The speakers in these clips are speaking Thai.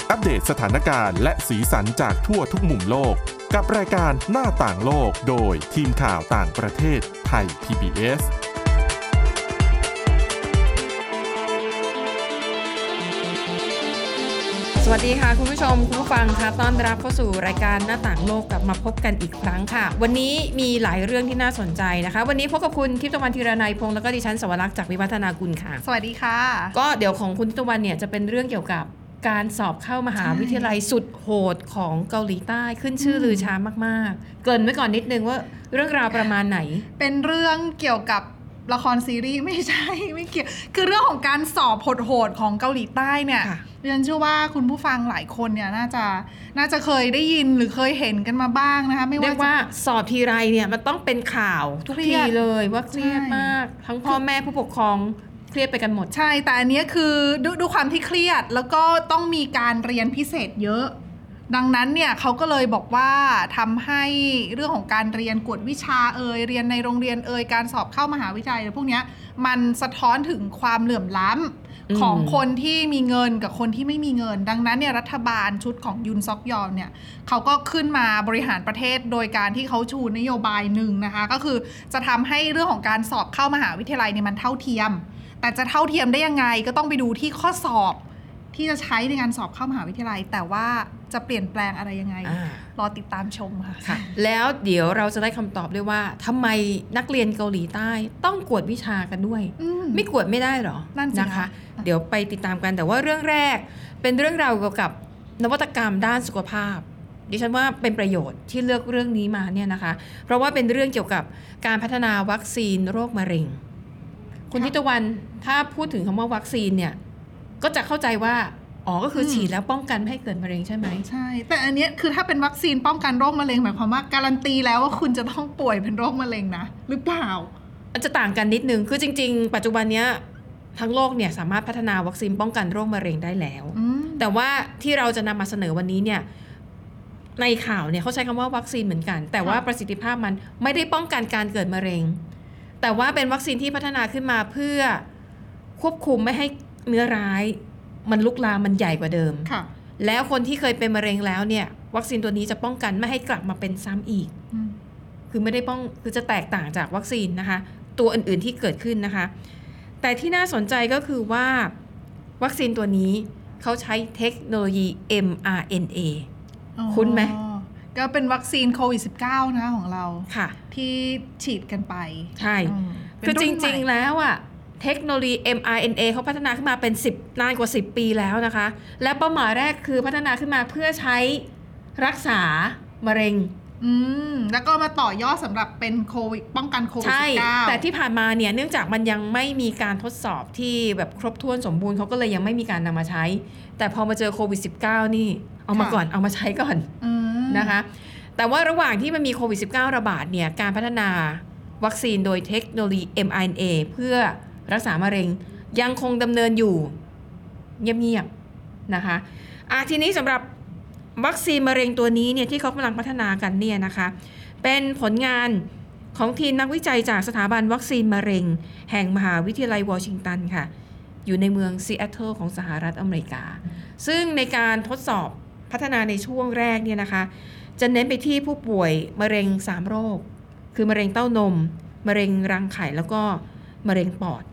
อัปเดตสถานการณ์และสีสันจากทั่วทุกมุมโลกกับรายการหน้าต่างโลกโดยทีมข่าวต่างประเทศไทย PBS สวัสดีค่ะคุณผู้ชมคุณผู้ฟังค่ะต้อนรับเข้าสู่รายการหน้าต่างโลกกลับมาพบกันอีกครั้งค่ะวันนี้มีหลายเรื่องที่น่าสนใจนะคะวันนี้พบกับคุณทิพย์ตะวันธีรนัยพงษ์แล้วก็ดิฉันสวรักษ์จากวิวัฒนากุลค่ะสวัสดีค่ะก็เดี๋ยวของคุณทิพย์ตะวันเนี่ยจะเป็นเรื่องเกี่ยวกับการสอบเข้ามหาวิทยาลัยสุดโหดของเกาหลีใต้ขึ้นชื่อลือชามากๆเกริ่นไว้ก่อนนิดนึงว่าเรื่องราวประมาณไหนเป็นเรื่องเกี่ยวกับละครซีรีส์ไม่ใช่ไม่เกี่ยวคือเรื่องของการสอบโหดๆของเกาหลีใต้เนี่ยดิฉันเชื่อว่าคุณผู้ฟังหลายคนเนี่ยน่าจะเคยได้ยินหรือเคยเห็นกันมาบ้างนะคะไม่ว่าสอบทีไรเนี่ยมันต้องเป็นข่าวทุกทีเลยว่าเครียดมากทั้งพ่อแม่ผู้ปกครองเครียดไปกันหมดใช่แต่อันนี้คือดูความที่เครียดแล้วก็ต้องมีการเรียนพิเศษเยอะดังนั้นเนี่ยเขาก็เลยบอกว่าทำให้เรื่องของการเรียนกวดวิชาเรียนในโรงเรียนการสอบเข้ามหาวิทยาลัยพวกนี้มันสะท้อนถึงความเหลื่อมล้ำของคนที่มีเงินกับคนที่ไม่มีเงินดังนั้นเนี่ยรัฐบาลชุดของยุนซอกยอลเนี่ยเขาก็ขึ้นมาบริหารประเทศโดยการที่เขาชูนโยบายหนึ่งนะคะก็คือจะทำให้เรื่องของการสอบเข้ามหาวิทยาลัยเนี่ยมันเท่าเทียมแต่จะเท่าเทียมได้ยังไงก็ต้องไปดูที่ข้อสอบที่จะใช้ในการสอบเข้ามหาวิทยาลัยแต่ว่าจะเปลี่ยนแปลงอะไรยังไงรอติดตามชมค่ะแล้วเดี๋ยวเราจะได้คำตอบด้วยว่าทำไมนักเรียนเกาหลีใต้ต้องกวดวิชากันด้วยไม่กวดไม่ได้หรอนะคะเดี๋ยวไปติดตามกันแต่ว่าเรื่องแรกเป็นเรื่องราวเกี่ยวกับนวัตกรรมด้านสุขภาพดิฉันว่าเป็นประโยชน์ที่เลือกเรื่องนี้มาเนี่ยนะคะเพราะว่าเป็นเรื่องเกี่ยวกับการพัฒนาวัคซีนโรคมะเร็งคุณทิตวันถ้าพูดถึงคำว่าวัคซีนเนี่ยก็จะเข้าใจว่าก็คือฉีดแล้วป้องกันไม่ให้เกิดมะเร็งใช่ไหมใช่แต่อันนี้คือถ้าเป็นวัคซีนป้องกันโรคมะเร็งหมายความว่าการันตีแล้วว่าคุณจะต้องป่วยเป็นโรคมะเร็งนะหรือเปล่ามันจะต่างกันนิดนึงคือจริงๆปัจจุบันนี้ทั้งโลกเนี่ยสามารถพัฒนาวัคซีนป้องกันโรคมะเร็งได้แล้วแต่ว่าที่เราจะนำมาเสนอวันนี้เนี่ยในข่าวเนี่ยเขาใช้คำว่าวัคซีนเหมือนกันแต่ว่าประสิทธิภาพมันไม่ได้ป้องกันการเกิดมะเร็งแต่ว่าเป็นวัคซีนที่พัฒนาขึ้นมาเพื่อควบคุมไม่ให้เนื้อร้ายมันลุกลามมันใหญ่กว่าเดิมแล้วคนที่เคยเป็นมะเร็งแล้วเนี่ยวัคซีนตัวนี้จะป้องกันไม่ให้กลับมาเป็นซ้ำอีกคือไม่ได้คือจะแตกต่างจากวัคซีนนะคะตัวอื่นๆที่เกิดขึ้นนะคะแต่ที่น่าสนใจก็คือว่าวัคซีนตัวนี้เขาใช้เทคโนโลยี mRNA คุ้นไหมก็เป็นวัคซีนโควิด -19 นะของเราที่ฉีดกันไปใช่คือจริงๆแล้วเทคโนโลยี mRNA เขาพัฒนาขึ้นมาเป็นนานกว่า10 ปีแล้วนะคะและเป้าหมายแรกคือพัฒนาขึ้นมาเพื่อใช้รักษามะเร็งแล้วก็มาต่อยอดสำหรับเป็นโควิดป้องกันโควิด -19 ใช่แต่ที่ผ่านมาเนี่ยเนื่องจากมันยังไม่มีการทดสอบที่แบบครบถ้วนสมบูรณ์เขาก็เลยยังไม่มีการนำมาใช้แต่พอมาเจอโควิด -19 นี่เอามาก่อนเอามาใช้ก่อนนะคะแต่ว่าระหว่างที่มันมีโควิด -19 ระบาดเนี่ยการพัฒนาวัคซีนโดยเทคโนโลยี mRNA เพื่อรักษามะเร็งยังคงดำเนินอยู่เงียบๆนะคะทีนี้สำหรับวัคซีนมะเร็งตัวนี้เนี่ยที่เขากำลังพัฒนากันเนี่ยนะคะเป็นผลงานของทีมนักวิจัยจากสถาบันวัคซีนมะเร็งแห่งมหาวิทยาลัยวอชิงตันค่ะอยู่ในเมืองซีแอตเทิลของสหรัฐอเมริกาซึ่งในการทดสอบพัฒนาในช่วงแรกเนี่ยนะคะจะเน้นไปที่ผู้ป่วยมะเร็ง3โรคคือมะเร็งเต้านมมะเร็งรังไข่แล้วก็มะเร็งปอด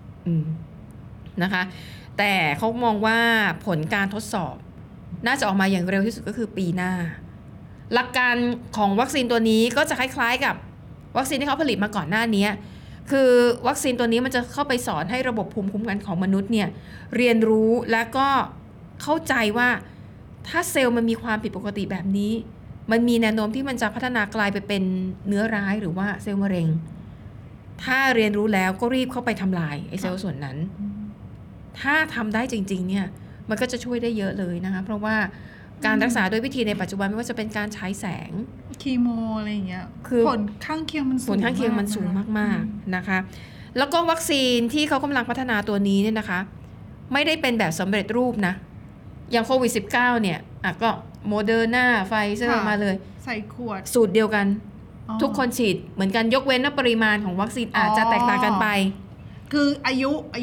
นะคะแต่เขามองว่าผลการทดสอบน่าจะออกมาอย่างเร็วที่สุดก็คือปีหน้าหลักการของวัคซีนตัวนี้ก็จะคล้ายๆกับวัคซีนที่เขาผลิตมาก่อนหน้านี้คือวัคซีนตัวนี้มันจะเข้าไปสอนให้ระบบภูมิคุ้มกันของมนุษย์เนี่ยเรียนรู้และก็เข้าใจว่าถ้าเซลล์มันมีความผิดปกติแบบนี้มันมีแนวโน้มที่มันจะพัฒนากลายไปเป็นเนื้อร้ายหรือว่าเซลล์มะเร็งถ้าเรียนรู้แล้วก็รีบเข้าไปทำลายไอ้เซลล์ส่วนนั้นถ้าทำได้จริงๆเนี่ยมันก็จะช่วยได้เยอะเลยนะคะเพราะว่าการรักษาโดยวิธีในปัจจุบันไม่ว่าจะเป็นการฉายแสงคีโมอะไรอย่างเงี้ยคือผลข้างเคียงมันสูงมากๆนะคะแล้วก็วัคซีนที่เขากำลังพัฒนาตัวนี้เนี่ยนะคะไม่ได้เป็นแบบสำเร็จรูปนะอย่างโควิด -19 เนี่ยก็โมเดอร์นาไฟเซอร์มาเลยใส่ขวดสูตรเดียวกันทุกคนฉีดเหมือนกันยกเว้นว่าปริมาณของวัคซีนอาจจะแตกต่างกันไปคืออายุ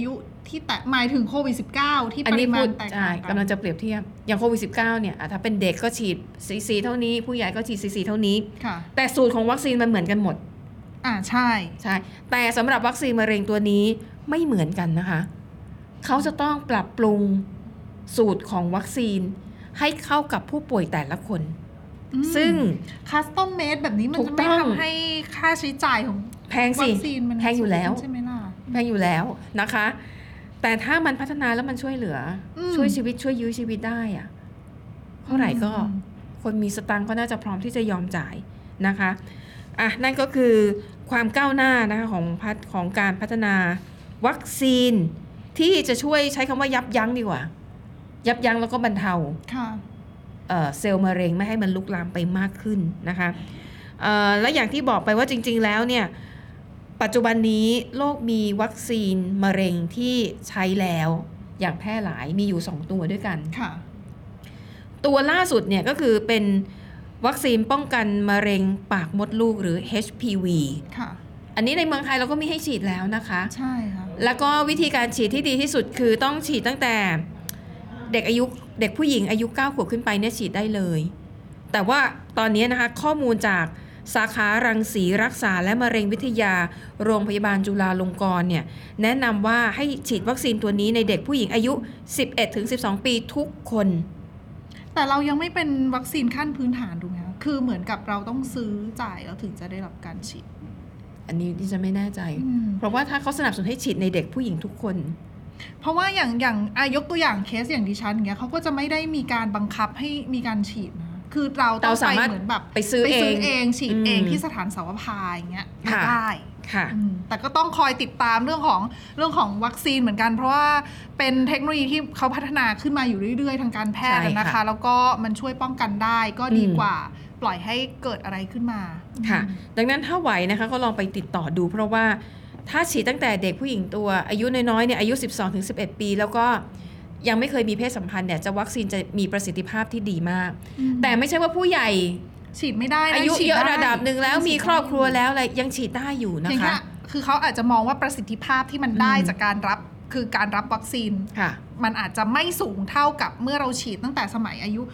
ที่แตะหมายถึงโควิด -19 ที่ปริมาณแตกต่างกันกำลังจะเปรียบเทียบอย่างโควิด -19 เนี่ยถ้าเป็นเด็กก็ฉีดซีเท่านี้ผู้ใหญ่ก็ฉีดซีเท่านี้แต่สูตรของวัคซีนมันเหมือนกันหมดใช่แต่สำหรับวัคซีนมะเร็งตัวนี้ไม่เหมือนกันนะคะเขาจะต้องปรับปรุงสูตรของวัคซีนให้เข้ากับผู้ป่วยแต่ละคนซึ่งคัสตอมเมดแบบนี้มันจะไม่ทำให้ค่าใช้จ่ายของแพงสิแพงอยู่แล้วใช่ไหมล่ะแพงอยู่แล้วนะคะแต่ถ้ามันพัฒนาแล้วมันช่วยเหลือช่วยชีวิตช่วยยื้อชีวิตได้อะเท่าไหร่ก็คนมีสตังค์ก็น่าจะพร้อมที่จะยอมจ่ายนะคะนั่นก็คือความก้าวหน้านะคะของการพัฒนาวัคซีนที่จะช่วยใช้คำว่ายับยั้งดีกว่ายับยั้งแล้วก็บรรเทาเซลล์มะเร็งไม่ให้มันลุกลามไปมากขึ้นนะคะและอย่างที่บอกไปว่าจริงๆแล้วเนี่ยปัจจุบันนี้โลกมีวัคซีนมะเร็งที่ใช้แล้วอย่างแพร่หลายมีอยู่2ตัวด้วยกันตัวล่าสุดเนี่ยก็คือเป็นวัคซีนป้องกันมะเร็งปากมดลูกหรือ HPV อันนี้ในเมืองไทยเราก็มีให้ฉีดแล้วนะคะใช่ค่ะแล้วก็วิธีการฉีดที่ดีที่สุดคือต้องฉีดตั้งแต่เด็กผู้หญิงอายุ9 ขวบขึ้นไปเนี่ยฉีดได้เลยแต่ว่าตอนนี้นะคะข้อมูลจากสาขารังสีรักษาและมะเร็งวิทยาโรงพยาบาลจุฬาลงกรณ์เนี่ยแนะนำว่าให้ฉีดวัคซีนตัวนี้ในเด็กผู้หญิงอายุ 11-12 ปีทุกคนแต่เรายังไม่เป็นวัคซีนขั้นพื้นฐานถูกไหมคะคือเหมือนกับเราต้องซื้อจ่ายแล้วถึงจะได้รับการฉีดอันนี้ดิฉันไม่แน่ใจเพราะว่าถ้าเขาสนับสนุนให้ฉีดในเด็กผู้หญิงทุกคนเพราะว่าอย่างยกตัวอย่างเคสอย่างดิฉันอย่างเงี้ยเขาก็จะไม่ได้มีการบังคับให้มีการฉีดนะคือเราต้องไปเหมือนแบบไปซื้อเองฉีดเองที่สถานสาวพาอย่างเงี้ยได้แต่ก็ต้องคอยติดตามเรื่องของวัคซีนเหมือนกันเพราะว่าเป็นเทคโนโลยีที่เขาพัฒนาขึ้นมาอยู่เรื่อยๆทางการแพทย์นะคะแล้วก็มันช่วยป้องกันได้ก็ดีกว่าปล่อยให้เกิดอะไรขึ้นมาค่ะดังนั้นถ้าไหวนะคะก็ลองไปติดต่อดูเพราะว่าถ้าฉีดตั้งแต่เด็กผู้หญิงตัวอายุน้อยๆเนี่ยอายุ 12-11 ปีแล้วก็ยังไม่เคยมีเพศสัมพันธ์เนี่ยจะวัคซีนจะมีประสิทธิภาพที่ดีมากแต่ไม่ใช่ว่าผู้ใหญ่ฉีดไม่ได้อายุเยอะระดับหนึ่งแล้วมีครอบครัวแล้วอะไรยังฉีดได้อยู่นะคะคือเขาอาจจะมองว่าประสิทธิภาพที่มันได้จากการรับวัคซีนมันอาจจะไม่สูงเท่ากับเมื่อเราฉีดตั้งแต่สมัยอายุ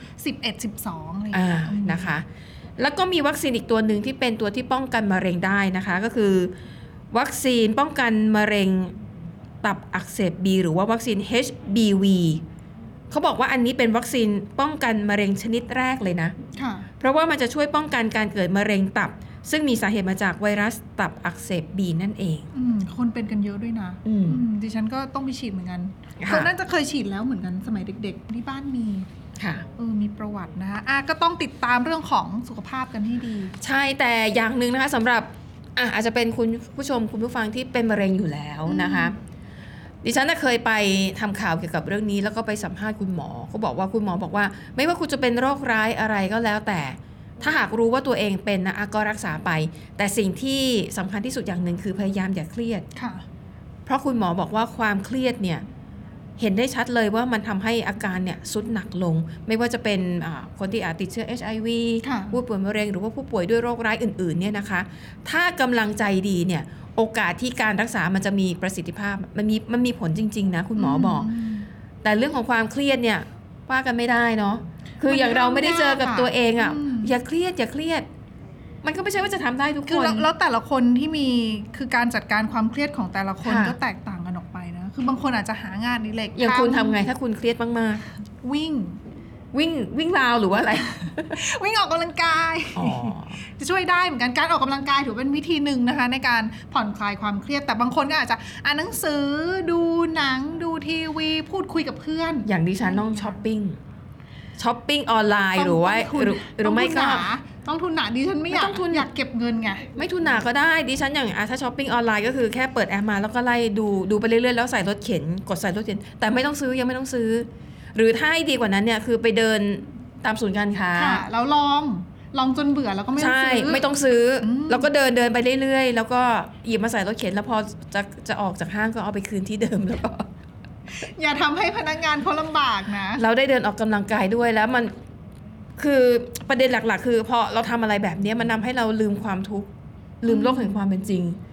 11-12 อะไรอย่างเงี้ยนะคะแล้วก็มีวัคซีนอีกตัวหนึ่งที่เป็นตัวที่ป้องกันมะเร็งได้นะคะก็คือวัคซีนป้องกันมะเร็งตับอักเสบ B หรือว่าวัคซีน HBV เขาบอกว่าอันนี้เป็นวัคซีนป้องกันมะเร็งชนิดแรกเลยนะเพราะว่ามันจะช่วยป้องกันการเกิดมะเร็งตับซึ่งมีสาเหตุมาจากไวรัสตับอักเสบ B นั่นเองคนเป็นกันเยอะด้วยนะดิฉันก็ต้องไปฉีดเหมือนกันคนน่าจะเคยฉีดแล้วเหมือนกันสมัยเด็กๆที่บ้านมีมีประวัตินะคะก็ต้องติดตามเรื่องของสุขภาพกันให้ดีใช่แต่อย่างหนึ่งนะคะสำหรับอาจจะเป็นคุณผู้ชมคุณผู้ฟังที่เป็นมะเร็งอยู่แล้วนะคะดิฉันเคยไปทำข่าวเกี่ยวกับเรื่องนี้แล้วก็ไปสัมภาษณ์คุณหมอเขาบอกว่าคุณหมอบอกว่าไม่ว่าคุณจะเป็นโรคร้ายอะไรก็แล้วแต่ถ้าหากรู้ว่าตัวเองเป็นนะก็รักษาไปแต่สิ่งที่สำคัญที่สุดอย่างหนึ่งคือพยายามอย่าเครียดเพราะคุณหมอบอกว่าความเครียดเนี่ยเห็นได้ชัดเลยว่ามันทำให้อาการเนี่ยทรุดหนักลงไม่ว่าจะเป็นคนที่อาจติดเชื้อ HIV ผู้ป่วยมะเร็งหรือว่าผู้ป่วยด้วยโรคร้ายอื่นๆเนี่ยนะคะถ้ากำลังใจดีเนี่ยโอกาสที่การรักษามันจะมีประสิทธิภาพมันมีผลจริงๆนะคุณหมอบอกแต่เรื่องของความเครียดเนี่ยว่ากันไม่ได้เนาะคืออย่างเราไม่ได้เจอกับตัวเองอย่าเครียดมันก็ไม่ใช่ว่าจะทำได้ทุกคนแล้วแต่ละคนที่มีคือการจัดการความเครียดของแต่ละคนก็แตกต่างกันออกไปนะคือบางคนอาจจะหางานนี่เล็กอย่างคุณทำไงถ้าคุณเครียดมากๆวิ่งราวหรือว่าอะไรวิ่งออกกำลังกายจะช่วยได้เหมือนกันการออกกำลังกายถือเป็นวิธีหนึ่งนะคะในการผ่อนคลายความเครียดแต่บางคนก็อาจจะอ่านหนังสือดูหนังดูทีวีพูดคุยกับเพื่อนอย่างดิฉันต้องช้อปปิ้งออนไลน์หรือว่าหรือไม่ก็ต้องทุนหนาดิฉันไม่อยากเก็บเงินไงไม่ทุนหนาก็ได้ดิฉันอย่างถ้าช้อปปิ้งออนไลน์ก็คือแค่เปิดแอปมาแล้วก็ไล่ดูไปเรื่อยๆแล้วใส่รถเข็นกดใส่รถเข็นแต่ไม่ต้องซื้อยังไม่ต้องซื้อหรือถ้าให้ดีกว่านั้นเนี่ยคือไปเดินตามศูนย์การค้าแล้วลองจนเบื่อแล้วก็ไม่ต้องซื้อไม่ต้องซื้อแล้วก็เดินไปเรื่อยๆแล้วก็หยิบมาใส่รถเข็นแล้วพอจะออกจากห้างก็เอาไปคืนที่เดิมแล้วก็อย่าทำให้พนักงานเขาลำบากนะเราได้เดินออกกำลังกายด้วยแล้วมันคือประเด็นหลักๆคือพอเราทำอะไรแบบนี้มันทำให้เราลืมความทุกข์ลืมโลกแห่งความเป็นจริง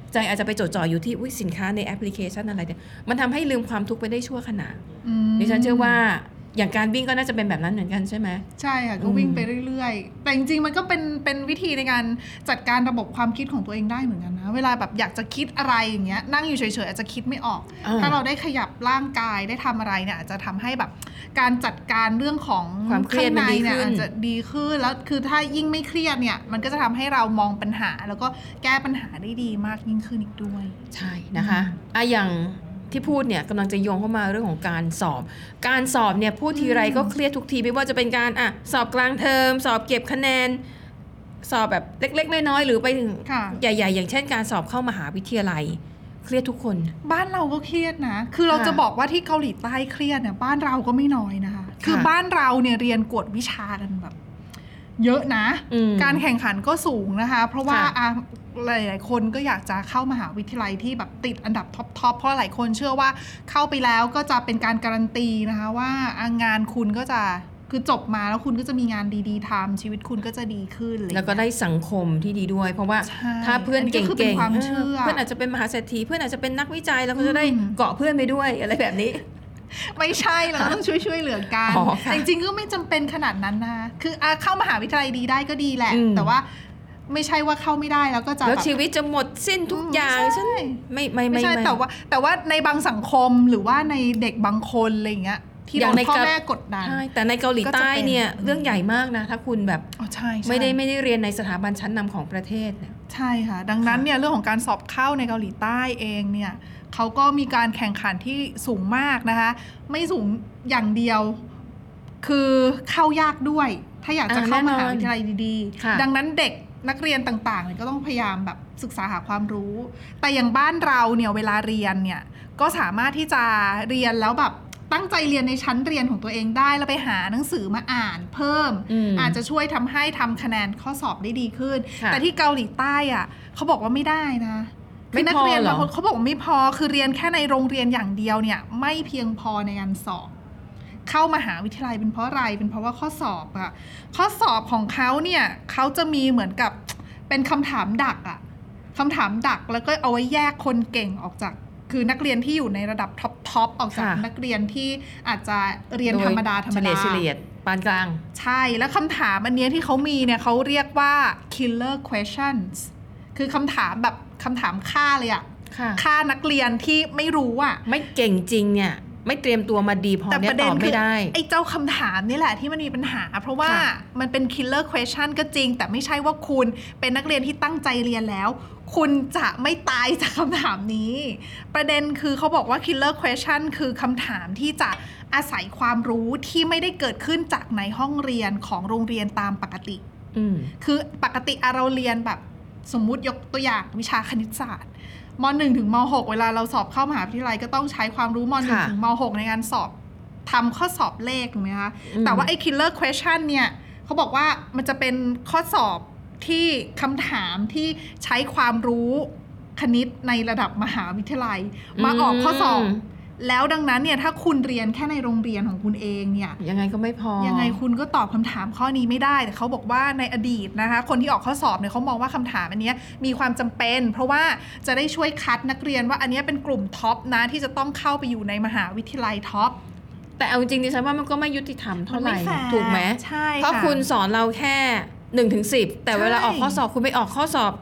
ใจอาจจะไปจดจ่ออยู่ที่สินค้าในแอปพลิเคชันอะไรเนี่ยมันทำให้ลืมความทุกข์ไปได้ชั่วขณะดิฉันเชื่อว่าอย่างการวิ่งก็น่าจะเป็นแบบนั้นเหมือนกันใช่ไหมใช่ค่ะก็วิ่งไปเรื่อยๆแต่จริงๆมันก็เป็นวิธีในการจัดการระบบความคิดของตัวเองได้เหมือนกันนะเวลาแบบอยากจะคิดอะไรอย่างเงี้ยนั่งอยู่เฉยๆอาจจะคิดไม่ออกถ้าเราได้ขยับร่างกายได้ทำอะไรเนี่ยอาจจะทำให้แบบการจัดการเรื่องของความเครียดข้างในเนี่ยอาจจะดีขึ้นแล้วคือถ้ายิ่งไม่เครียดเนี่ยมันก็จะทำให้เรามองปัญหาแล้วก็แก้ปัญหาได้ดีมากยิ่งขึ้นอีกด้วยใช่นะคะอย่างที่พูดเนี่ยกำลังจะโยงเข้ามาเรื่องของการสอบเนี่ยพูดทีไรก็เครียดทุกทีไม่ว่าจะเป็นการสอบกลางเทอมสอบเก็บคะแนนสอบแบบเล็กๆน้อยๆหรือไปถึงใหญ่ๆอย่างเช่นการสอบเข้ามหาวิทยาลัยเครียดทุกคนบ้านเราก็เครียดนะคือเราจะบอกว่าที่เกาหลีใต้เครียดเนี่ยบ้านเราก็ไม่น้อยนะคะคือบ้านเราเนี่ยเรียนกวดวิชากันแบบเยอะนะการแข่งขันก็สูงนะคะเพราะว่าหลายๆคนก็อยากจะเข้ามหาวิทยาลัยที่แบบติดอันดับท็อปเพราะหลายคนเชื่อว่าเข้าไปแล้วก็จะเป็นการการันตีนะคะว่างานคุณก็จะคือจบมาแล้วคุณก็จะมีงานดีๆทำชีวิตคุณก็จะดีขึ้นแล้วก็ได้สังคมที่ดีด้วยเพราะว่าถ้าเพื่อนเก่งๆเพื่อนอาจจะเป็นมหาเศรษฐีเพื่อนอาจจะเป็นนักวิจัยแล้วก็จะได้เกาะเพื่อนไปด้วยอะไรแบบนี้ไม่ใช่เราต้องช่วยเหลือกันจริงๆก็ไม่จำเป็นขนาดนั้นนะคือเข้ามหาวิทยาลัยดีได้ก็ดีแหละแต่ว่าไม่ใช่ว่าเข้าไม่ได้แล้วก็จะแล้วชีวิตจะหมดสิ้นทุกอย่างใช่ไม่ใช่แต่ว่าในบางสังคมหรือว่าในเด็กบางคนอะไรอย่างเงี้ยที่โดนพ่อแม่กดดันใช่แต่ในเกาหลีใต้เนี่ยเรื่องใหญ่มากนะถ้าคุณแบบไม่ได้เรียนในสถาบันชั้นนำของประเทศเนี่ยใช่ค่ะดังนั้นเนี่ยเรื่องของการสอบเข้าในเกาหลีใต้เองเนี่ยเขาก็มีการแข่งขันที่สูงมากนะคะไม่สูงอย่างเดียวคือเข้ายากด้วยถ้าอยากจะเข้ามหาวิทยาลัยดีๆดังนั้นเด็กนักเรียนต่างๆเนี่ยก็ต้องพยายามแบบศึกษาหาความรู้แต่อย่างบ้านเราเนี่ยเวลาเรียนเนี่ยก็สามารถที่จะเรียนแล้วแบบตั้งใจเรียนในชั้นเรียนของตัวเองได้แล้วไปหาหนังสือมาอ่านเพิ่มอาจจะช่วยทำให้ทำคะแนนข้อสอบได้ดีขึ้นแต่ที่เกาหลีใต้อ่ะเขาบอกว่าไม่ได้นะคือนักเรียนบางคนเขาบอกว่าไม่พอคือเรียนแค่ในโรงเรียนอย่างเดียวเนี่ยไม่เพียงพอในการสอบเข้ามหาวิทยาลัยเป็นเพราะอะไรเป็นเพราะว่าข้อสอบอะข้อสอบของเขาเนี่ยเขาจะมีเหมือนกับเป็นคำถามดักอะคำถามดักแล้วก็เอาไว้แยกคนเก่งออกจากคือนักเรียนที่อยู่ในระดับท็อปออกจากนักเรียนที่อาจจะเรียนธรรมดาเฉลี่ยปานกลางใช่แล้วคำถามอันนี้ที่เขามีเนี่ยเขาเรียกว่า killer questions คือคำถามแบบคำถามฆ่าเลยอะฆ่านักเรียนที่ไม่รู้อะไม่เก่งจริงเนี่ยไม่เตรียมตัวมาดีพอเนี่ยตอบไม่ได้ไอ้เจ้าคำถามนี่แหละที่มันมีปัญหาเพราะว่ามันเป็น killer question ก็จริงแต่ไม่ใช่ว่าคุณเป็นนักเรียนที่ตั้งใจเรียนแล้วคุณจะไม่ตายจากคำถามนี้ประเด็นคือเขาบอกว่า killer question คือคำถามที่จะอาศัยความรู้ที่ไม่ได้เกิดขึ้นจากในห้องเรียนของโรงเรียนตามปกติคือปกติเราเรียนแบบสมมุติยกตัวอย่างวิชาคณิตศาสตร์ม.1 ถึงม.6 เวลาเราสอบเข้ามหาวิทยาลัยก็ต้องใช้ความรู้ม.1 ถึงม.6 ในการสอบทำข้อสอบเลขถูกไหมคะแต่ว่าไอ้ killer question เนี่ยเขาบอกว่ามันจะเป็นข้อสอบที่คำถามที่ใช้ความรู้คณิตในระดับมหาวิทยาลัยมาออกข้อสอบแล้วดังนั้นเนี่ยถ้าคุณเรียนแค่ในโรงเรียนของคุณเองเนี่ยยังไงก็ไม่พอยังไงคุณก็ตอบคำถามข้อนี้ไม่ได้แต่เขาบอกว่าในอดีตนะคะคนที่ออกข้อสอบเนี่ยเขามองว่าคำถามอันนี้มีความจำเป็นเพราะว่าจะได้ช่วยคัดนักเรียนว่าอันนี้เป็นกลุ่มท็อปนะที่จะต้องเข้าไปอยู่ในมหาวิทยาลัยท็อปแต่เอาจริงๆดิฉันว่ามันก็ไม่ยุติธรรมเท่าไหร่ถูกไหมใช่เพราะคุณสอนเราแค่1 ถึง 10แต่เวลาออกข้อสอบคุณไปออกข้อสอบ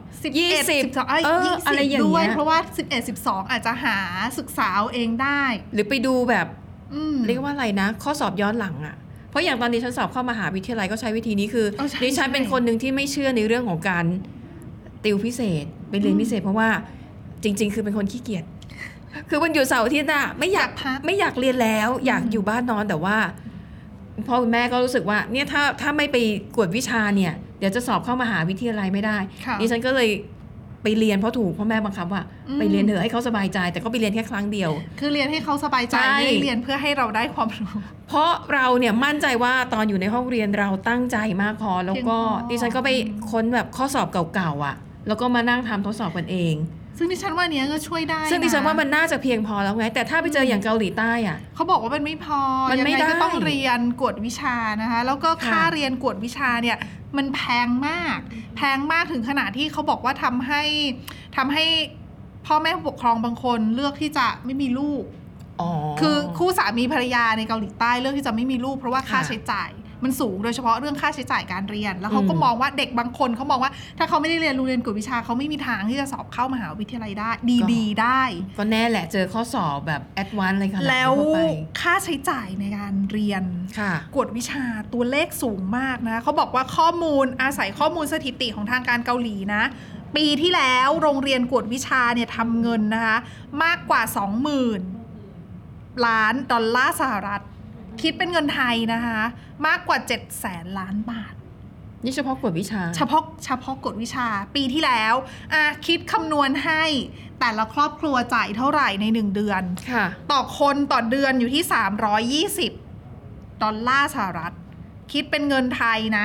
20 อะไรอย่างเงี้ยเพราะว่า11 12อาจจะหาศึกษาเอาเองได้หรือไปดูแบบเรียกว่าอะไรนะข้อสอบย้อนหลังอ่ะเพราะอย่างตอนนี้ฉันสอบเข้ามหาวิทยาลัยก็ใช้วิธีนี้คือดิฉันเป็นคนหนึ่งที่ไม่เชื่อในเรื่องของการติวพิเศษไปเรียนพิเศษเพราะว่าจริงๆคือเป็นคนขี้เกียจคือวันหยุดเสาร์อาทิตย์น่ะไม่อยากเรียนแล้วอยากอยู่บ้านนอนแต่ว่าพ่อคุณแม่ก็รู้สึกว่าเนี่ยถ้าไม่ไปกวดวิชาเนี่ยเดี๋ยวจะสอบเข้ามหาวิทยาลัยไม่ได้ดิฉันก็เลยไปเรียนเพราะถูกพ่อแม่บังคับว่าไปเรียนเถอะให้เขาสบายใจแต่ก็ไปเรียนแค่ครั้งเดียวคือเรียนให้เขาสบายใจไม่ได้เรียนเพื่อให้เราได้ความรู้เพราะเราเนี่ยมั่นใจว่าตอนอยู่ในห้องเรียนเราตั้งใจมากพอแล้วก็ดิฉันก็ไปค้นแบบข้อสอบเก่าๆอ่ะแล้วก็มานั่งทำทดสอบกันเองซึ่งดิฉันว่านี้ก็ช่วยได้ซึ่งดิฉันว่ามันน่าจะเพียงพอแล้วไงแต่ถ้าไปเจออย่างเกาหลีใต้อ่ะเขาบอกว่ามันไม่พอมันไม่ได้ก็ต้องเรียนกวดวิชานะคะแล้วก็ค่าเรียนกวดวิชาเนี่ยมันแพงมากถึงขนาดที่เขาบอกว่าทำให้พ่อแม่ผู้ปกครองบางคนเลือกที่จะไม่มีลูกคือคู่สามีภรรยาในเกาหลีใต้เลือกที่จะไม่มีลูกเพราะว่าค่าใช้จ่ายมันสูงโดยเฉพาะเรื่องค่าใช้จ่ายการเรียนแล้วเขาก็มองว่าเด็กบางคนเขามองว่าถ้าเขาไม่ได้เรียนกวดวิชาเขาไม่มีทางที่จะสอบเข้ามหาวิทยาลัยได้ดีๆได้ก็แน่แหละเจอข้อสอบแบบแอดวานซ์เลยค่ะแล้วค่าใช้จ่ายในการเรียนกวดวิชาตัวเลขสูงมากนะเขาบอกว่าข้อมูลอาศัยข้อมูลสถิติของทางการเกาหลีนะปีที่แล้วโรงเรียนกวดวิชาเนี่ยทำเงินนะคะมากกว่า 20,000 ล้านดอลลาร์สหรัฐคิดเป็นเงินไทยนะคะมากกว่า 700,000 ล้านบาทนี่เฉพาะกวดวิชาเฉพาะกวดวิชาปีที่แล้วคิดคำนวณให้แต่ละครอบครัวจ่ายเท่าไหร่ใน1เดือนต่อคนต่อเดือนอยู่ที่320ดอลลาร์สหรัฐคิดเป็นเงินไทยนะ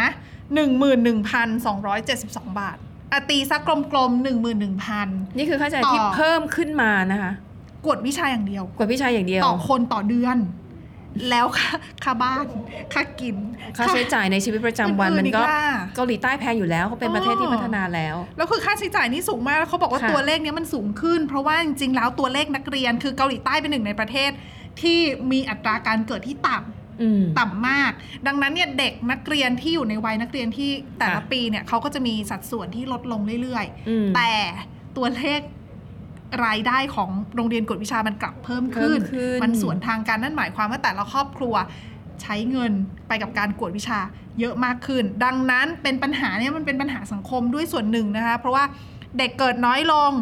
11,272 บาทตีสักกลมๆ 11,000 นี่คือค่าใช้จ่ายที่เพิ่มขึ้นมานะคะกวดวิชาอย่างเดียวกวดวิชาอย่างเดียวต่อคนต่อเดือนแล้วค่าบ้านค่ากินค่าใช้จ่ายในชีวิตประจำวันมันก็เกาหลีใต้แพงอยู่แล้วเขาเป็นประเทศที่พัฒนาแล้วคือค่าใช้จ่ายนี่สูงมากแล้วเขาบอกว่าตัวเลขนี้มันสูงขึ้นเพราะว่าจริงๆแล้วตัวเลขนักเรียนคือเกาหลีใต้เป็นหนึ่งในประเทศที่มีอัตราการเกิดที่ต่ำมากดังนั้นเนี่ยเด็กนักเรียนที่อยู่ในวัยนักเรียนที่แต่ละปีเนี่ยเขาก็จะมีสัดส่วนที่ลดลงเรื่อยๆแต่ตัวเลขรายได้ของโรงเรียนกวดวิชามันกลับเพิ่มขึ้นมันสวนทางกันนั่นหมายความว่าแต่ละครอบครัวใช้เงินไปกับการกวดวิชาเยอะมากขึ้นดังนั้นเป็นปัญหาเนี่ยมันเป็นปัญหาสังคมด้วยส่วนหนึ่งนะคะเพราะว่าเด็กเกิดน้อยลง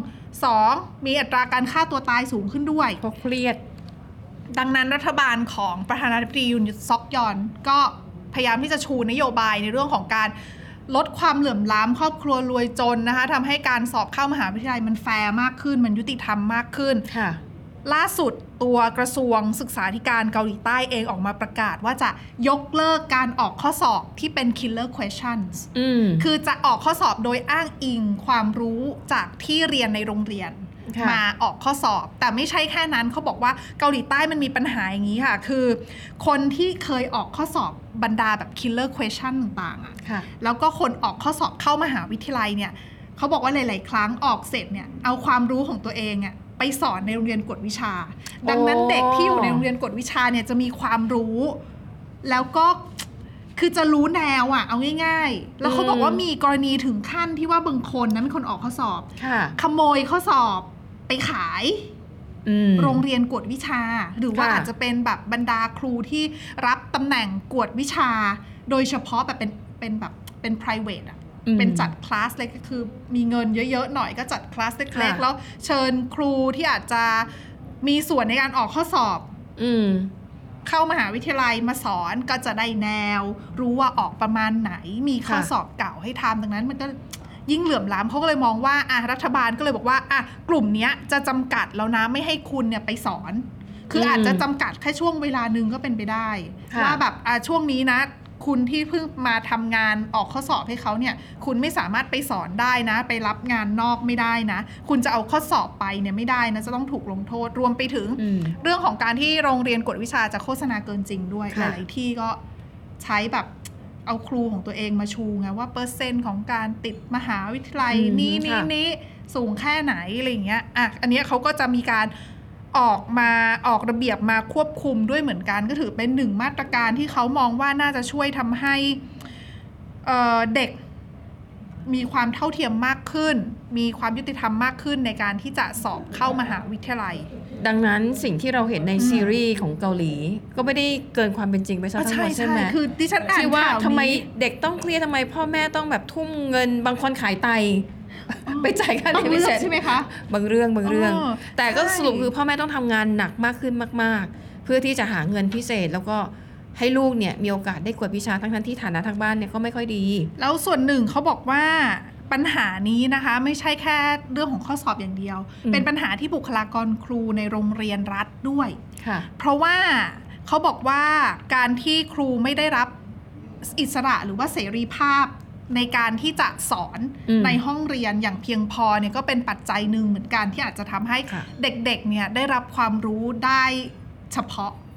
2มีอัตราการฆ่าตัวตายสูงขึ้นด้วยเพราะเครียดดังนั้นรัฐบาลของประธานาธิบดียุนซอกยอนก็พยายามที่จะชูนโยบายในเรื่องของการลดความเหลื่อมล้ำครอบครัวรวยจนนะคะทำให้การสอบเข้ามหาวิทยาลัยมันแฟร์มากขึ้นมันยุติธรรมมากขึ้นล่าสุดตัวกระทรวงศึกษาธิการเกาหลีใต้เองออกมาประกาศว่าจะยกเลิกการออกข้อสอบที่เป็น killer questions คือจะออกข้อสอบโดยอ้างอิงความรู้จากที่เรียนในโรงเรียนมาออกข้อสอบแต่ไม่ใช่แค่นั้นเขาบอกว่าเกาหลีใต้มันมีปัญหาอย่างนี้ค่ะคือคนที่เคยออกข้อสอบบรรดาแบบ killer question ต่างๆแล้วก็คนออกข้อสอบเข้ามหาวิทยาลัยเนี่ยเขาบอกว่าหลายๆครั้งออกเสร็จเนี่ยเอาความรู้ของตัวเองไปสอนในโรงเรียนกวดวิชาดังนั้นเด็กที่อยู่ในโรงเรียนกวดวิชาเนี่ยจะมีความรู้แล้วก็คือจะรู้แนวเอาง่ายๆแล้วเขาบอกว่ามีกรณีถึงขั้นที่ว่าบางคนนะมีคนออกข้อสอบขโมยข้อสอบไปขายโรงเรียนกวดวิชาหรือว่าอาจจะเป็นแบบบรรดาครูที่รับตำแหน่งกวดวิชาโดยเฉพาะแบบเป็นแบบเป็น private เป็นจัดคลาสเล็กก็คือมีเงินเยอะๆหน่อยก็จัดคลาสเล็กๆแล้วเชิญครูที่อาจจะมีส่วนในการออกข้อสอบเข้ามหาวิทยาลัยมาสอนก็จะได้แนวรู้ว่าออกประมาณไหนมีข้อสอบเก่าให้ทำดังนั้นมันก็ยิ่งเหลื่อมล้ำเขาก็เลยมองว่ารัฐบาลก็เลยบอกว่ากลุ่มนี้จะจำกัดแล้วนะไม่ให้คุณเนี่ยไปสอนคืออาจจะจำกัดแค่ช่วงเวลานึงก็เป็นไปได้ว่าแบบช่วงนี้นะคุณที่เพิ่งมาทำงานออกข้อสอบให้เขาเนี่ยคุณไม่สามารถไปสอนได้นะไปรับงานนอกไม่ได้นะคุณจะเอาข้อสอบไปเนี่ยไม่ได้นะจะต้องถูกลงโทษรวมไปถึงเรื่องของการที่โรงเรียนกวดวิชาจะโฆษณาเกินจริงด้วยหลายที่ก็ใช้แบบเอาครูของตัวเองมาชูไงว่าเปอร์เซ็นต์ของการติดมหาวิทยาลัยนี้สูงแค่ไหนอะไรอย่างเงี้ยอันนี้เขาก็จะมีการออกระเบียบมาควบคุมด้วยเหมือนกันก็ถือเป็นหนึ่งมาตรการที่เขามองว่าน่าจะช่วยทำให้เด็กมีความเท่าเทียมมากขึ้นมีความยุติธรรมมากขึ้นในการที่จะสอบเข้ามหาวิทยาลัยดังนั้นสิ่งที่เราเห็นในซีรีส์ของเกาหลีก็ไม่ได้เกินความเป็นจริงไปซะทั้งหมดใช่ไหมคือดิฉันอ่านว่าทำไมเด็กต้องเครียดทำไมพ่อแม่ต้องแบบทุ่มเงินบางคนขายไตไปจ่ายค่าเรียนพิเศษใช่ไหมคะบางเรื่องแต่ก็สรุปคือพ่อแม่ต้องทำงานหนักมากขึ้นมากๆเพื่อที่จะหาเงินพิเศษแล้วก็ให้ลูกเนี่ยมีโอกาสได้กวดวิชาทั้งที่ฐานะทางบ้านเนี่ยก็ไม่ค่อยดีแล้วส่วนหนึ่งเขาบอกว่าปัญหานี้นะคะไม่ใช่แค่เรื่องของข้อสอบอย่างเดียวเป็นปัญหาที่บุคลากรครูในโรงเรียนรัฐด้วยเพราะว่าเขาบอกว่าการที่ครูไม่ได้รับอิสระหรือว่าเสรีภาพในการที่จะสอนในห้องเรียนอย่างเพียงพอเนี่ยก็เป็นปัจจัยหนึ่งเหมือนกันที่อาจจะทำให้เด็กๆเนี่ยได้รับความรู้ได้เฉพาะ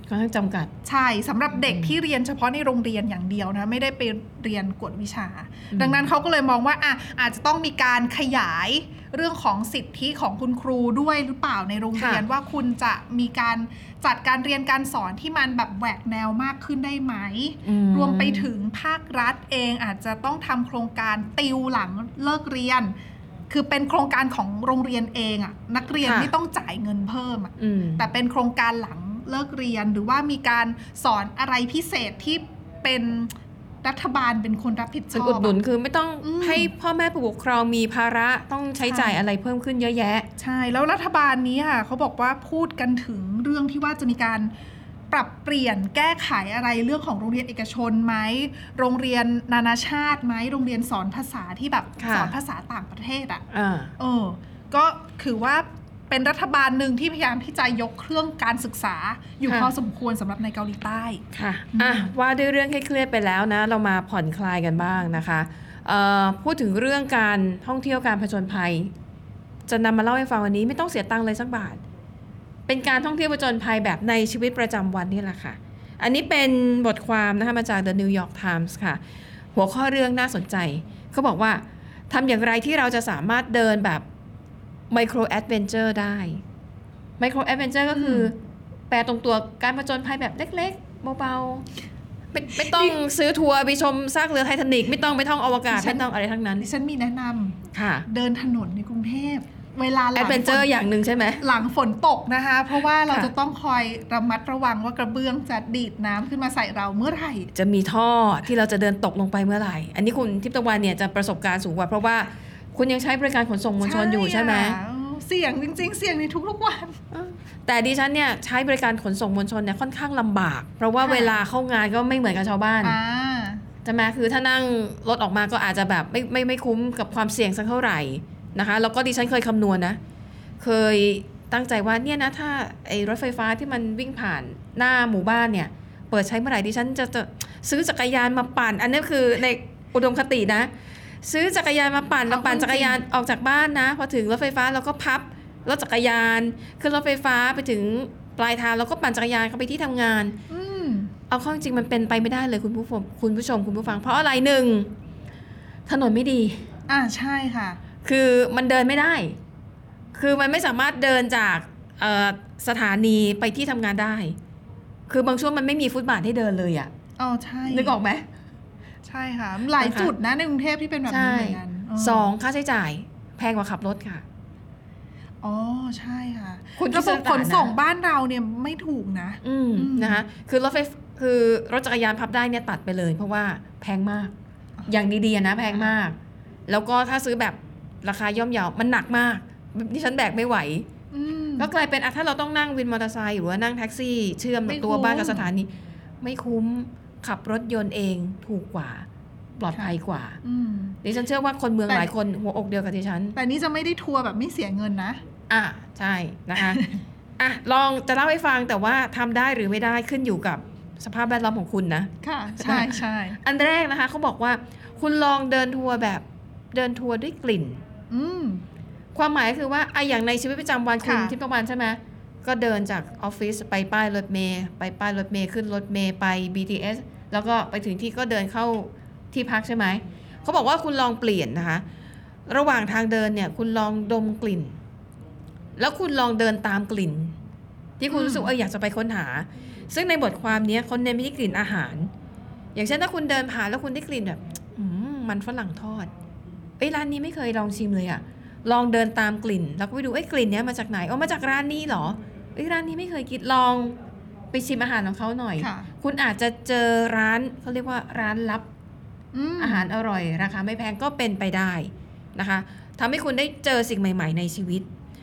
ค่อนข้างจำกัดใช่สำหรับเด็กที่เรียนเฉพาะในโรงเรียนอย่างเดียวนะไม่ได้ไปเรียนกวดวิชาดังนั้นเขาก็เลยมองว่าอาจจะต้องมีการขยายเรื่องของสิทธิของคุณครูด้วยหรือเปล่าในโรงเรียนว่าคุณจะมีการจัดการเรียนการสอนที่มันแบบแหวกแนวมากขึ้นได้ไหมรวมไปถึงภาครัฐเองอาจจะต้องทำโครงการติวหลังเลิกเรียนคือเป็นโครงการของโรงเรียนเองอะนักเรียนไม่ต้องจ่ายเงินเพิ่มแต่เป็นโครงการหลังเลิกเรียนหรือว่ามีการสอนอะไรพิเศษที่เป็นรัฐบาลเป็นคนรับผิดชอบอุดหนุนคือไม่ต้องให้พ่อแม่ผู้ปกครองมีภาระต้องใช้จ่ายอะไรเพิ่มขึ้นเยอะแยะใช่แล้วรัฐบาลนี้ค่ะเขาบอกว่าพูดกันถึงเรื่องที่ว่าจะมีการปรับเปลี่ยนแก้ไขอะไรเรื่องของโรงเรียนเอกชนไหมโรงเรียนนานาชาติไหมโรงเรียนสอนภาษาที่แบบสอนภาษาต่างประเทศก็คือว่าเป็นรัฐบาลหนึ่งที่พยายามที่จะยกเครื่องการศึกษาอยู่พอสมควรสำหรับในเกาหลีใต้ค่ะว่าด้วยเรื่องเครียดไปแล้วนะเรามาผ่อนคลายกันบ้างนะคะพูดถึงเรื่องการท่องเที่ยวการผจญภัยจะนำมาเล่าให้ฟังวันนี้ไม่ต้องเสียตังค์เลยสักบาทเป็นการท่องเที่ยวผจญภัยแบบในชีวิตประจำวันนี่แหละค่ะอันนี้เป็นบทความนะคะมาจาก The New York Times ค่ะหัวข้อเรื่องน่าสนใจเขาบอกว่าทำอย่างไรที่เราจะสามารถเดินแบบไมโครแอดเวนเจอร์ได้ไมโครแอดเวนเจอร์ก็คือแปลตรงตัวการผจญภัยแบบเล็กๆเบาๆไม่ต้องซื้อทัวร์ไปชมซากเรือไททานิคไม่ต้องไปท่องอวกาศไม่ต้องอะไรทั้งนั้นดิฉันมีแนะนำค่ะเดินถนนในกรุงเทพเวลาแอดเวนเจอร์อย่างหนึ่งใช่ไหมหลังฝนตกนะคะเพราะว่าเราจะต้องคอยระมัดระวังว่ากระเบื้องจะดีดน้ำขึ้นมาใส่เราเมื่อไหร่จะมีท่อที่เราจะเดินตกลงไปเมื่อไหร่อันนี้คุณทิพย์ตะวันเนี่ยจะประสบการณ์สูงกว่าเพราะว่าคุณยังใช้บริการขนส่งมวลชนอยู่ใช่ไหมเสี่ยงจริงๆเสี่ยงในทุกๆวันแต่ดิฉันเนี่ยใช้บริการขนส่งมวลชนเนี่ยค่อนข้างลำบากเพราะว่าเวลาเข้างานก็ไม่เหมือนกับชาวบ้านใช่ไหมคือถ้านั่งรถออกมาก็อาจจะแบบไม่คุ้มกับความเสี่ยงสักเท่าไหร่นะคะแล้วก็ดิฉันเคยคำนวณนะเคยตั้งใจว่าเนี่ยนะถ้าไอ้รถไฟฟ้าที่มันวิ่งผ่านหน้าหมู่บ้านเนี่ยเปิดใช้เมื่อไหร่ดิฉันจะซื้อจักรยานมาปั่นอันนี้คือในอุดมคตินะซื้อจักรยานมาปั่นจักรยานออกจากบ้านนะพอถึงรถไฟฟ้าเราก็พับรถจักรยานขึ้นรถไฟฟ้าไปถึงปลายทางแล้วก็ปั่นจักรยานเข้าไปที่ทำงานเอาเข้าจริงมันเป็นไปไม่ได้เลยคุณผู้ชมคุณผู้ฟังเพราะอะไรหนึ่งถนนไม่ดีใช่ค่ะคือมันเดินไม่ได้คือมันไม่สามารถเดินจากสถานีไปที่ทำงานได้คือบางช่วงมันไม่มีฟุตบาทให้เดินเลยอ่ะใช่นึกออกไหมใช่ค่ะหลายจุดนะในกรุงเทพที่เป็นแบบนี้เหมือนกัน 2ค่าใช้จ่ายแพงกว่าขับรถค่ะใช่ค่ะระบบขนส่งบ้านเราเนี่ยไม่ถูกนะนะคะคือรถจักรยานพับได้เนี่ยตัดไปเลยเพราะว่าแพงมากอย่างดีๆนะแพงมากแล้วก็ถ้าซื้อแบบราคาย่อมเยามันหนักมากดิฉันแบกไม่ไหวก็กลายเป็นถ้าเราต้องนั่งวินมอเตอร์ไซค์หรือว่านั่งแท็กซี่เชื่อมตัวบ้านกับสถานีไม่คุ้มขับรถยนต์เองถูกกว่าปลอดภัยกว่าดิฉันเชื่อว่าคนเมืองหลายคนหัวอกเดียวกับดิฉันแต่นี้จะไม่ได้ทัวร์แบบไม่เสียเงินนะใช่นะคะลองจะเล่าให้ฟังแต่ว่าทำได้หรือไม่ได้ขึ้นอยู่กับสภาพแวดล้อมของคุณนะค่ะใช่ใช่อันแรกนะคะเขาบอกว่าคุณลองเดินทัวร์แบบเดินทัวร์ด้วยกลิ่นความหมายคือว่าอย่างในชีวิตประจำวันคุณทิพย์ตะวันใช่ไหมก็เดินจากออฟฟิศไปป้ายรถเมล์ไปป้ายรถเมล์ขึ้นรถเมล์ไป BTS แล้วก็ไปถึงที่ก็เดินเข้าที่พักใช่ไหมเขาบอกว่าคุณลองเปลี่ยนนะคะระหว่างทางเดินเนี่ยคุณลองดมกลิ่นแล้วคุณลองเดินตามกลิ่นที่คุณรู้สึกอยากจะไปค้นหาซึ่งในบทความนี้เขาเน้นไปที่กลิ่นอาหารอย่างเช่นถ้าคุณเดินผ่านแล้วคุณได้กลิ่นแบบมันฝรั่งทอดร้านนี้ไม่เคยลองชิมเลยลองเดินตามกลิ่นแล้วก็ไปดูกลิ่นนี้มาจากไหนมาจากร้านนี้เหรอร้านนี้ไม่เคยกินลองไปชิมอาหารของเขาหน่อยคุณอาจจะเจอร้านเขาเรียกว่าร้านลับอาหารอร่อยราคาไม่แพงก็เป็นไปได้นะคะทำให้คุณได้เจอสิ่งใหม่ๆในชีวิต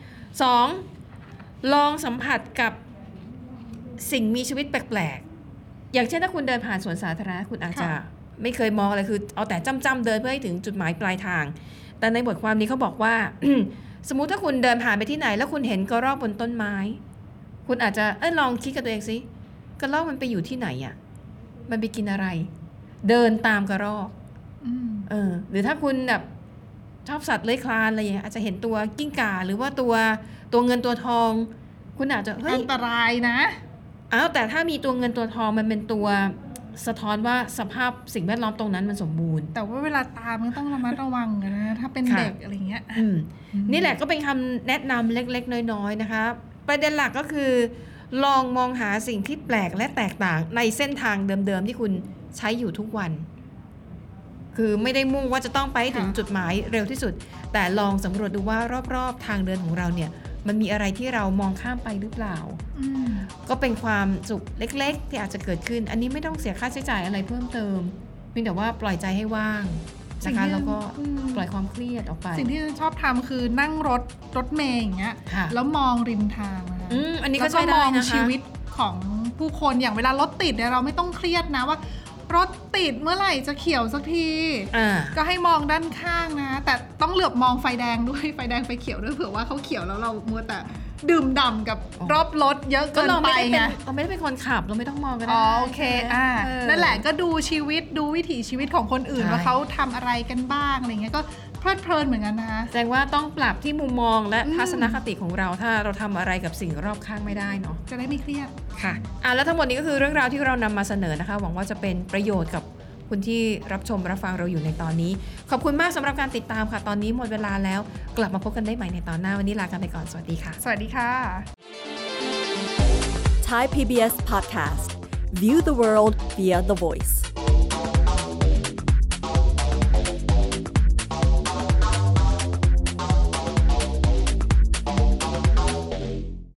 2. ลองสัมผัสกับสิ่งมีชีวิตแปลกๆอย่างเช่นถ้าคุณเดินผ่านสวนสาธารณะคุณอาจจะไม่เคยมองอะไรคือเอาแต่จ้ำๆเดินเพื่อให้ถึงจุดหมายปลายทางแต่ในบทความนี้เขาบอกว่า สมมุติถ้าคุณเดินผ่านไปที่ไหนแล้วคุณเห็นกระรอกบนต้นไม้คุณอาจจะลองคิดกับตัวเองสิกระรอกมันไปอยู่ที่ไหนมันไปกินอะไรเดินตามกระรอกหรือถ้าคุณแบบชอบสัตว์เลื้อยคลานอะไรอย่างเงี้ยอาจจะเห็นตัวกิ้งก่าหรือว่าตัวเงินตัวทองคุณอาจจะอันตรายนะแต่ถ้ามีตัวเงินตัวทองมันเป็นตัวสะท้อนว่าสภาพสิ่งแวดล้อมตรงนั้นมันสมบูรณ์แต่ว่าเวลาตามมันต้องระมัดระวังนะถ้าเป็นเด็กอะไรเงี้ยนี่แหละก็เป็นคำแนะนำเล็กๆน้อยๆนะคะประเด็นหลักก็คือลองมองหาสิ่งที่แปลกและแตกต่างในเส้นทางเดิมๆที่คุณใช้อยู่ทุกวันคือไม่ได้มุ่งว่าจะต้องไปถึงจุดหมายเร็วที่สุดแต่ลองสำรวจดูว่ารอบๆทางเดินของเราเนี่ยมันมีอะไรที่เรามองข้ามไปหรือเปล่าก็เป็นความสุขเล็กๆที่อาจจะเกิดขึ้นอันนี้ไม่ต้องเสียค่าใช้จ่ายอะไรเพิ่มเติมเพียงแต่ว่าปล่อยใจให้ว่างนะคะแล้วก็ปล่อยความเครียดออกไปสิ่งที่ชอบทำคือนั่งรถเมล์อย่างเงี้ยแล้วมองริมทางนะคะอันนี้ก็ใช้ได้นะคะมองชีวิตของผู้คนอย่างเวลารถติดเนี่ยเราไม่ต้องเครียดนะว่ารถติดเมื่อไหร่จะเขียวสักทีก็ให้มองด้านข้างนะแต่ต้องเหลือบมองไฟแดงด้วยไฟแดงไฟเขียวด้วยเผื่อว่าเขาเขียวแล้วเรามัวแต่ดื่มด่ำกับรอบรถเยอะเกินไปไงเราไม่ได้เป็นคนขับเราไม่ต้องมองก็ได้โอเคนั่นแหละก็ดูชีวิตดูวิถีชีวิตของคนอื่นว่าเขาทำอะไรกันบ้างอะไรเงี้ยก็เพลิดเพลินเหมือนกันนะคะแสดงว่าต้องปรับที่มุมมองและทัศนคติของเราถ้าเราทำอะไรกับสิ่งรอบข้างไม่ได้เนาะจะได้ไม่เครียดค่ะแล้วทั้งหมดนี้ก็คือเรื่องราวที่เรานำมาเสนอนะคะหวังว่าจะเป็นประโยชน์กับคุณที่รับชมรับฟังเราอยู่ในตอนนี้ขอบคุณมากสำหรับการติดตามค่ะตอนนี้หมดเวลาแล้วกลับมาพบกันได้ใหม่ในตอนหน้าวันนี้ลากันไปก่อนสวัสดีค่ะสวัสดีค่ะ Thai PBS Podcast View the world via the voice